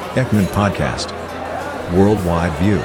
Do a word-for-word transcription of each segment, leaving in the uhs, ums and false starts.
Ekman Podcast Worldwide View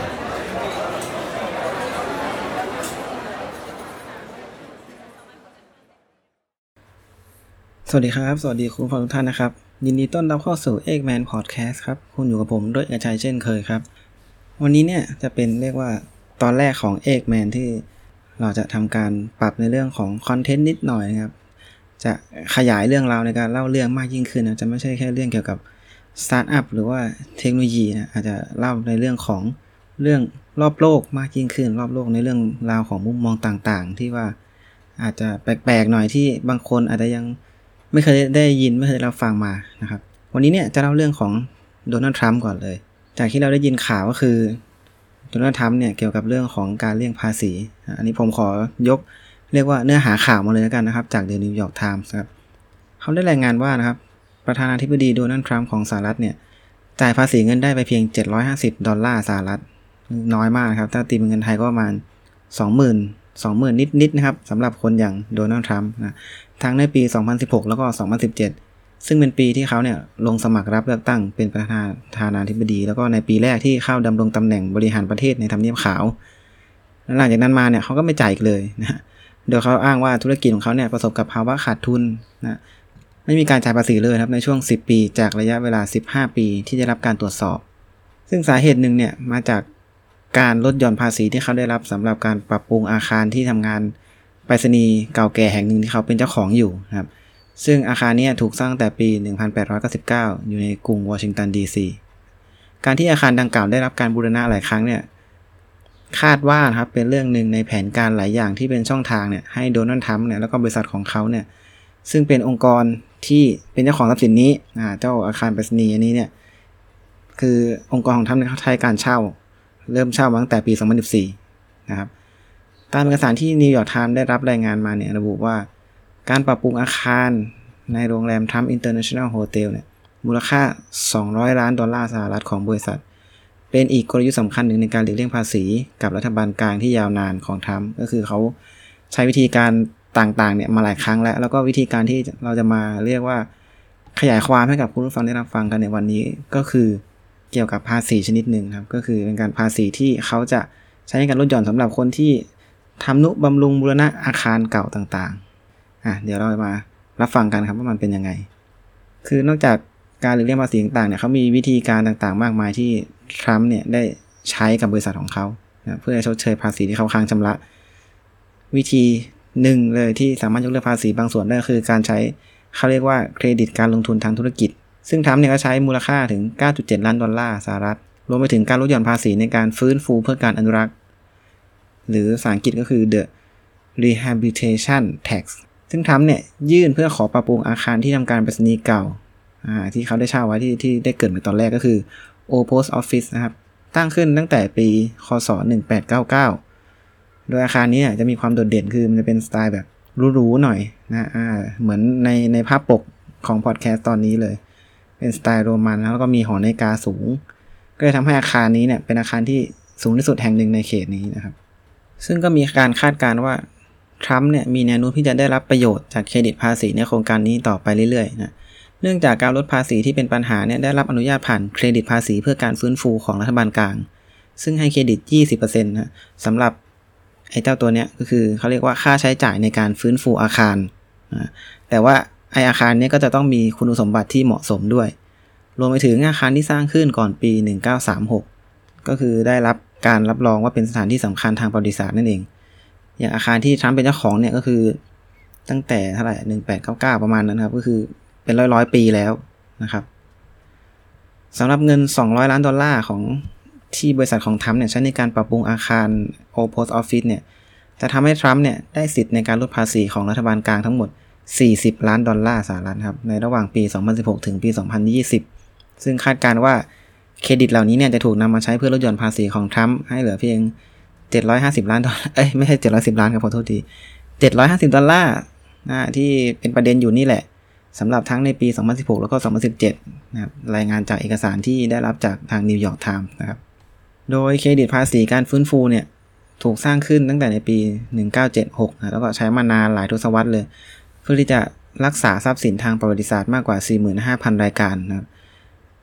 สวัสดีครับสวัสดีคุณผู้ฟังทุกท่านนะครับยินดีต้อนรับเข้าสู่ Ekman Podcast ครับคุณอยู่กับผมด้วยเอกชัยเช่นเคยครับวันนี้เนี่ยจะเป็นเรียกว่าตอนแรกของ Ekman ที่เราจะทำการปรับในเรื่องของคอนเทนต์นิดหน่อยนะครับจะขยายเรื่องราวในการเล่าเรื่องมากยิ่งขึ้นนะจะไม่ใช่แค่เรื่องเกี่ยวกับสตาร์ทอัพหรือว่าเทคโนโลยีนะอาจจะเล่าในเรื่องของเรื่องรอบโลกมากยิ่งขึ้นรอบโลกในเรื่องราวของมุมมองต่างๆที่ว่าอาจจะแปลกๆหน่อยที่บางคนอาจจะยังไม่เคยได้ยินไม่เคยได้รับฟังมานะครับวันนี้เนี่ยจะเล่าเรื่องของโดนัลด์ทรัมป์ก่อนเลยจากที่เราได้ยินข่าวก็คือโดนัลด์ทรัมป์เนี่ยเกี่ยวกับเรื่องของการเลี่ยงภาษีอันนี้ผมขอยกเรียกว่าเนื้อหาข่าวมาเลยแล้วกันนะครับจาก The New York Times ครับเขาได้รายงานว่านะครับประธานาธิบดีโดนัลด์ทรัมป์ของสหรัฐเนี่ยจ่ายภาษีเงินได้ไปเพียงเจ็ดร้อยห้าสิบดอลลาร์สหรัฐน้อยมากครับถ้าตีเป็นเงินไทยก็ประมาณ สองหมื่น สองหมื่น นิดๆนะครับสำหรับคนอย่างโดนัลด์ทรัมป์นะทั้งในปีสองพันสิบหกแล้วก็สองพันสิบเจ็ดซึ่งเป็นปีที่เขาเนี่ยลงสมัครรับเลือกตั้งเป็นประธานาธิบดีแล้วก็ในปีแรกที่เข้าดำรงตำแหน่งบริหารประเทศในทำเนียบขาวหลังจากนั้นมาเนี่ยเขาก็ไม่จ่ายอีกเลยนะโดยเขาอ้างว่าธุรกิจของเขาเนี่ยประสบกับภาวะขาดทุนนะไม่มีการจ่ายภาษีเลยครับในช่วงสิบปีจากระยะเวลาสิบห้าปีที่ได้รับการตรวจสอบซึ่งสาเหตุหนึ่งเนี่ยมาจากการลดหย่อนภาษีที่เขาได้รับสำหรับการปรับปรุงอาคารที่ทำงานไปรษณีย์เก่าแก่แห่งหนึ่งที่เขาเป็นเจ้าของอยู่ครับซึ่งอาคารนี้ถูกสร้างตั้งแต่ปีหนึ่งพันแปดร้อยเก้าสิบเก้าอยู่ในกรุงวอชิงตันดีซีการที่อาคารดังกล่าวได้รับการบูรณะหลายครั้งเนี่ยคาดว่าครับเป็นเรื่องหนึ่งในแผนการหลายอย่างที่เป็นช่องทางเนี่ยให้โดนัลด์ทรัมป์เนี่ยแล้วก็บริษัทของเขาเนี่ยซึ่งเป็นองค์กรที่เป็นเจ้าของทรัพย์สินนี้อ่าเจ้าอาคารไปรษณีย์อันนี้เนี่ยคือองค์กรของทรัมป์เนี่ยเขาใช้การเช่าเริ่มเช่ามาตั้งแต่ปีสองพันสิบสี่นะครับตามเอกสารที่นิวยอร์กไทม์ได้รับรายงานมาเนี่ยระบุว่าการปรับปรุงอาคารในโรงแรมทรัมป์อินเตอร์เนชั่นแนลโฮเทลเนี่ยมูลค่าสองร้อยล้านดอลลาร์สหรัฐของบริษัทเป็นอีกกลยุทธ์สำคัญหนึ่งในการหลีกเลี่ยงภาษีกับรัฐบาลกลางที่ยาวนานของทรัมป์ก็คือเขาใช้วิธีการต่างๆเนี่ยมาหลายครั้งแล้วแล้วก็วิธีการที่เราจะมาเรียกว่าขยายความให้กับคุณผู้ฟังได้รับฟังกันในวันนี้ก็คือเกี่ยวกับภาษีชนิดหนึ่งครับก็คือเป็นการภาษีที่เขาจะใช้ในการลดหย่อนสำหรับคนที่ทำนุบำรุงบูรณะอาคารเก่าต่างๆอ่ะเดี๋ยวเรามารับฟังกันครับว่ามันเป็นยังไงคือนอกจากการหลีกเลี่ยงภาษีต่างๆเนี่ยเขามีวิธีการต่างๆมากมายที่ทรัมป์เนี่ยได้ใช้กับบริษัทของเขานะเพื่อชดเชยภาษีที่เขาค้างชำระวิธีหนึ่งเลยที่สามารถยกเลิกภาษีบางส่วนได้คือการใช้เขาเรียกว่าเครดิตการลงทุนทางธุรกิจซึ่งทรัมป์เนี่ยก็ใช้มูลค่าถึง เก้าจุดเจ็ด ล้านดอลลาร์สหรัฐรวมไปถึงการลดหย่อนภาษีในการฟื้นฟูเพื่อการอนุรักษ์หรือภาษาอังกฤษก็คือ the rehabilitation tax ซึ่งทรัมป์เนี่ยยื่นเพื่อขอปรับปรุงอาคารที่ทำการไปรษณีย์เก่าอ่าที่เขาได้เช่าไว้ที่ที่ได้เกิดในตอนแรกก็คือ Old Post Office นะครับตั้งขึ้นตั้งแต่ปีค.ศ. หนึ่งพันแปดร้อยเก้าสิบเก้าโดยอาคารนี้จะมีความโดดเด่นคือมันจะเป็นสไตล์แบบหรูๆหน่อยนะอ่าเหมือนในในภาพปกของพอดแคสต์ตอนนี้เลยเป็นสไตล์โรมันแล้วก็มีหอนาฬิกาสูงก็เลยทำให้อาคารนี้เนี่ยเป็นอาคารที่สูงที่สุดแห่งหนึ่งในเขตนี้นะครับซึ่งก็มีการคาดการณ์ว่าทรัมป์เนี่ยมีแนวโน้มที่จะได้รับประโยชน์จากเครดิตภาษีในโครงการนี้ต่อไปเรื่อยๆนะเนื่องจากการลดภาษีที่เป็นปัญหาเนี่ยได้รับอนุญาตผ่านเครดิตภาษีเพื่อการฟื้นฟูของรัฐบาลกลางซึ่งให้เครดิต ยี่สิบเปอร์เซ็นต์ นะสำหรับไอ้เจ้าตัวเนี้ยก็คือเขาเรียกว่าค่าใช้จ่ายในการฟื้นฟูอาคารนะแต่ว่าไอ้อาคารนี้ก็จะต้องมีคุณสมบัติที่เหมาะสมด้วยรวมไปถึงอาคารที่สร้างขึ้นก่อนปีหนึ่งพันเก้าร้อยสามสิบหกก็คือได้รับการรับรองว่าเป็นสถานที่สำคัญทางประวัติศาสตร์นั่นเองอย่างอาคารที่ทรัมป์เป็นเจ้าของเนี่ยก็คือตั้งแต่เท่าไหร่หนึ่งพันแปดร้อยเก้าสิบเก้าประมาณนั้นครับก็คือเป็นร้อยๆปีแล้วนะครับสำหรับเงินสองร้อยล้านดอลลาร์ของที่บริษัทของทรัมป์เนี่ยใช้ในการปรับปรุงอาคาร Old Post Office เนี่ยจะทำให้ทรัมป์เนี่ยได้สิทธิ์ในการลดภาษีของรัฐบาลกลางทั้งหมดสี่สิบล้านดอลลาร์สหรัฐครับในระหว่างปีสองพันสิบหกถึงปีสองพันยี่สิบซึ่งคาดการณ์ว่าเครดิตเหล่านี้เนี่ยจะถูกนำมาใช้เพื่อลดหย่อนภาษีของทรัมป์ให้เหลือเพียงเจ็ดร้อยห้าสิบล้านดอลลาร์เอ้ยไม่ใช่เจ็ดร้อยสิบล้านครับขอโทษทีเจ็ดร้อยห้าสิบดอลลาร์นะที่เป็นประเด็นอยู่นี่แหละสำหรับทั้งในปีสองพันสิบหกแล้วก็สองพันสิบเจ็ดนะครับรายงานจากเอกสารที่ได้รับจากทางนิวยอร์กไทม์นะครับโดยเครดิตภาษีการฟื้นฟูเนี่ยถูกสร้างขึ้นตั้งแต่ในปีหนึ่งพันเก้าร้อยเจ็ดสิบหกนะแล้วก็ใช้มานานหลายทศวรรษเลยเพื่อที่จะรักษาทรัพย์สินทางประวัติศาสตร์มากกว่า สี่หมื่นห้าพัน รายการนะครับ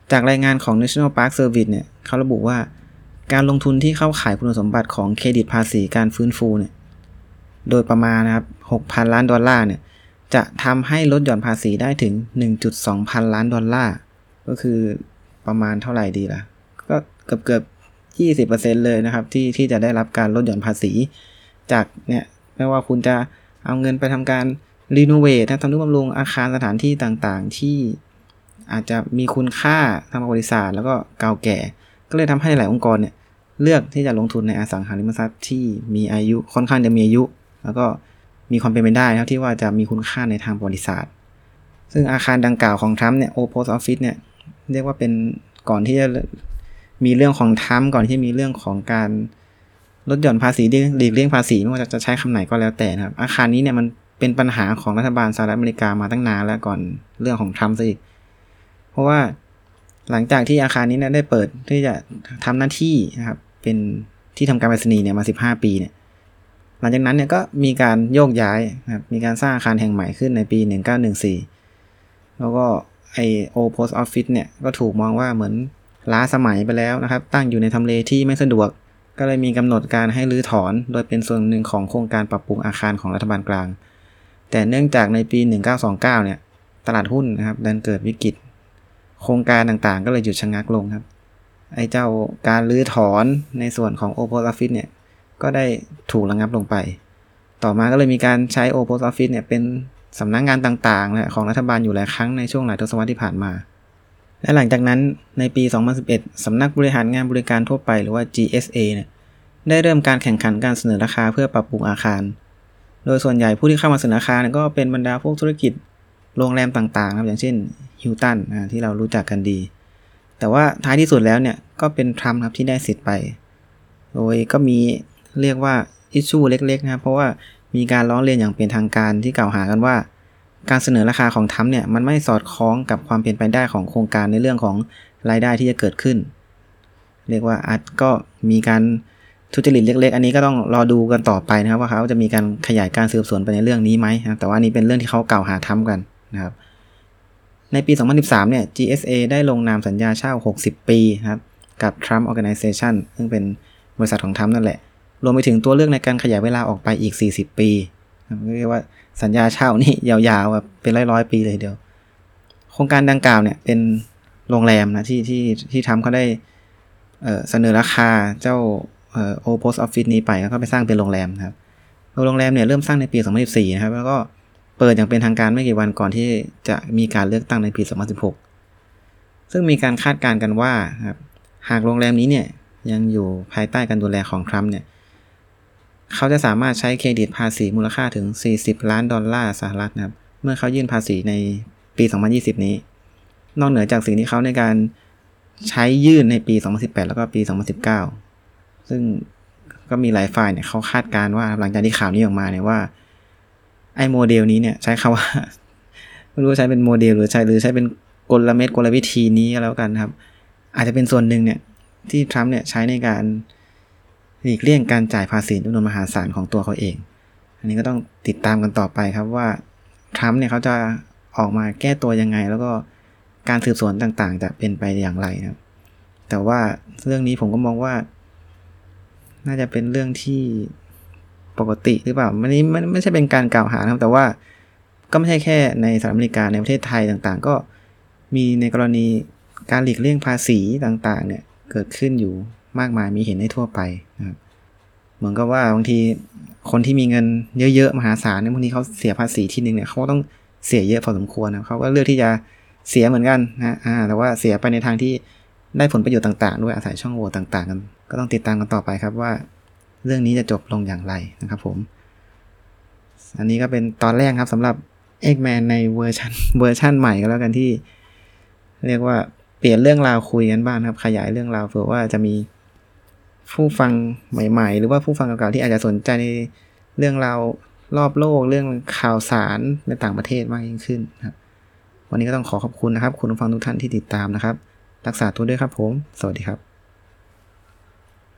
จากรายงานของ National Park Service เนี่ยเขาระบุว่าการลงทุนที่เข้าข่ายคุณสมบัติของเครดิตภาษีการฟื้นฟูเนี่ยโดยประมาณนะครับ หกพัน ล้านดอลลาร์เนี่ยจะทำให้ลดหย่อนภาษีได้ถึง หนึ่งจุดสอง พันล้านดอลลาร์ก็คือประมาณเท่าไหร่ดีล่ะก็เกือบเกือบ ยี่สิบเปอร์เซ็นต์ เลยนะครับที่ที่จะได้รับการลดหย่อนภาษีจากเนี่ยไม่ว่าคุณจะเอาเงินไปทำการรีโนเวททำนุบำรุงอาคารสถานที่ต่างๆที่อาจจะมีคุณค่าทางประวัติศาสตร์แล้วก็เก่าแก่ก็เลยทำให้หลายองค์กรเนี่ยเลือกที่จะลงทุนในอสังหาริมทรัพย์ที่มีอายุค่อนข้างจะมีอายุแล้วก็มีความเป็นไปได้นะครับที่ว่าจะมีคุณค่าในทางประวัติศาสตร์ซึ่งอาคารดังกล่าวของทรัมป์เนี่ย Old Post Office เนี่ยเรียกว่าเป็นก่อนที่จะมีเรื่องของทรัมป์ก่อนที่มีเรื่องของการลดหย่อนภาษีหลีกเลี่ยงภาษีไม่ว่าจะใช้คำไหนก็แล้วแต่นะครับอาคารนี้เนี่ยมันเป็นปัญหาของรัฐบาลสหรัฐอเมริกามาตั้งนานแล้วก่อนเรื่องของทรัมป์ซะอีกเพราะว่าหลังจากที่อาคารนี้เนี่ยได้เปิดที่จะทำหน้าที่นะครับเป็นที่ทำการไปรษณีย์เนี่ยมาสิบห้าปีเนี่ยหลังจากนั้นเนี่ยก็มีการโยกย้ายนะครับมีการสร้างอาคารแห่งใหม่ขึ้นในปีหนึ่งพันเก้าร้อยสิบสี่แล้วก็ไอ Old Post Office เนี่ยก็ถูกมองว่าเหมือนล้าสมัยไปแล้วนะครับตั้งอยู่ในทำเลที่ไม่สะดวกก็เลยมีกำหนดการให้รื้อถอนโดยเป็นส่วนหนึ่งของโครงการปรับปรุงอาคารของรัฐบาลกลางแต่เนื่องจากในปีหนึ่งพันเก้าร้อยยี่สิบเก้าเนี่ยตลาดหุ้นนะครับดันเกิดวิกฤตโครงการต่างๆก็เลยหยุดชะงักลงครับไอ้เจ้าการรื้อถอนในส่วนของ Old Post Office เนี่ยก็ได้ถูกระงับลงไปต่อมาก็เลยมีการใช้ Old Post Office เนี่ยเป็นสำนักงานต่างๆนะของรัฐบาลอยู่หลายครั้งในช่วงหลายทศวรรษที่ผ่านมาและหลังจากนั้นในปีสองพันสิบเอ็ดสำนักบริหารงานบริการทั่วไปหรือว่า จี เอส เอ เนี่ยได้เริ่มการแข่งขันการเสนอราคาเพื่อปรับปรุงอาคารโดยส่วนใหญ่ผู้ที่เข้ามาเสนอราคาก็เป็นบรรดาพวกธุรกิจโรงแรมต่างๆนะครับอย่างเช่นฮิลตันนะที่เรารู้จักกันดีแต่ว่าท้ายที่สุดแล้วเนี่ยก็เป็นทรัมป์ครับที่ได้สิทธิ์ไปโดยก็มีเรียกว่าอิชชูเล็กๆนะครับเพราะว่ามีการร้องเรียนอย่างเป็นทางการที่กล่าวหากันว่าการเสนอราคาของทรัมป์เนี่ยมันไม่สอดคล้องกับความเป็นไปได้ของโครงการในเรื่องของรายได้ที่จะเกิดขึ้นเรียกว่าอาจก็มีการทุจริตเล็กๆอันนี้ก็ต้องรอดูกันต่อไปนะครับว่าเขาจะมีการขยายการสืบสวนไปในเรื่องนี้ไหมนะแต่ว่านี่เป็นเรื่องที่เขากล่าวหาทรัมป์กันนะครับในปีสองพันสิบสามเนี่ย จี เอส เอ ได้ลงนามสัญญาเช่าหกสิบปีนะครับกับ Trump Organization ซึ่งเป็นบริษัทของทรัมป์นั่นแหละรวมไปถึงตัวเลือกในการขยายเวลาออกไปอีกสี่สิบปีเรียกว่าสัญญาเช่านี่ยาวๆแบบเป็นร้อยๆปีเลยเดียวโครงการดังกล่าวเนี่ยเป็นโรงแรมนะที่ที่ที่ทรัมป์เขาได้เอ่อเสนอราคาเจ้าเอ่อ Old Post Office นี้ไปแล้วก็ไปสร้างเป็นโรงแรมครับโรงแรมเนี่ยเริ่มสร้างในปีสองพันสิบสี่นะครับแล้วก็เปิดอย่างเป็นทางการไม่กี่วันก่อนที่จะมีการเลือกตั้งในปีสองพันสิบหกซึ่งมีการคาดการณ์กันว่าครับหากโรงแรมนี้เนี่ยยังอยู่ภายใต้การดูแลของทรัมป์เนี่ยเขาจะสามารถใช้เครดิตภาษีมูลค่าถึงสี่สิบล้านดอลลาร์สหรัฐนะครับเมื่อเขายื่นภาษีในปีสองพันยี่สิบนี้นอกเหนือจากสิ่งที่เขาในการใช้ยื่นในปีสองพันสิบแปดแล้วก็ปีสองพันสิบเก้าซึ่งก็มีหลายฝ่ายเนี่ยเขาคาดการณ์ว่าหลังจากที่ข่าวนี้ออกมาเนี่ยว่าไอ้โมเดลนี้เนี่ยใช้คำว่าไม่รู้ใช้เป็นโมเดลหรือใช้หรือใช้เป็นกลเม็ดกลวิธีนี้แล้วกันครับอาจจะเป็นส่วนหนึ่งเนี่ยที่ทรัมป์เนี่ยใช้ในการหลีกเลี่ยงการจ่ายภาษีจำนวนมหาศาลของตัวเขาเองอันนี้ก็ต้องติดตามกันต่อไปครับว่าทรัมป์เนี่ยเขาจะออกมาแก้ตัวยังไงแล้วก็การสืบสวนต่างๆจะเป็นไปอย่างไรนะครับแต่ว่าเรื่องนี้ผมก็มองว่าน่าจะเป็นเรื่องที่ปกติหรือเปล่ามันนี้ไม่ไม่ใช่เป็นการกล่าวหานะครับแต่ว่าก็ไม่ใช่แค่ในสหรัฐอเมริกาในประเทศไทยต่างๆก็มีในกรณีการหลีกเลี่ยงภาษีต่างๆเนี่ยเกิดขึ้นอยู่มากมายมีเห็นได้ทั่วไปนะครับเหมือนกับว่าบางทีคนที่มีเงินเยอะๆมหาศาลเนี่ยบางทีเขาเสียภาษีทีนึงเนี่ยเขาต้องเสียเยอะพอสมควรนะเขาก็เลือกที่จะเสียเหมือนกันนะอ่าแต่ว่าเสียไปในทางที่ได้ผลประโยชน์ต่างๆด้วยอาศัยช่องโหว่ต่างๆกันก็ต้องติดตามกันต่อไปครับว่าเรื่องนี้จะจบลงอย่างไรนะครับผมอันนี้ก็เป็นตอนแรกครับสำหรับ Eggman ในเวอร์ชันเวอร์ชันใหม่ก็แล้วกันที่เรียกว่าเปลี่ยนเรื่องราวคุยกันบ้างครับขยายเรื่องราวเผื่อว่าจะมีผู้ฟังใหม่ๆหรือว่าผู้ฟังเก่าๆที่อาจจะสนใจในเรื่องราวรอบโลกเรื่องข่าวสารในต่างประเทศมากยิ่งขึ้นครับวันนี้ก็ต้องขอขอบคุณนะครับคุณผู้ฟังทุกท่านที่ติดตามนะครับรักษาตัวด้วยครับผมสวัสดีครับ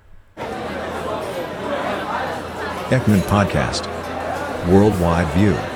Eggman Podcast Worldwide View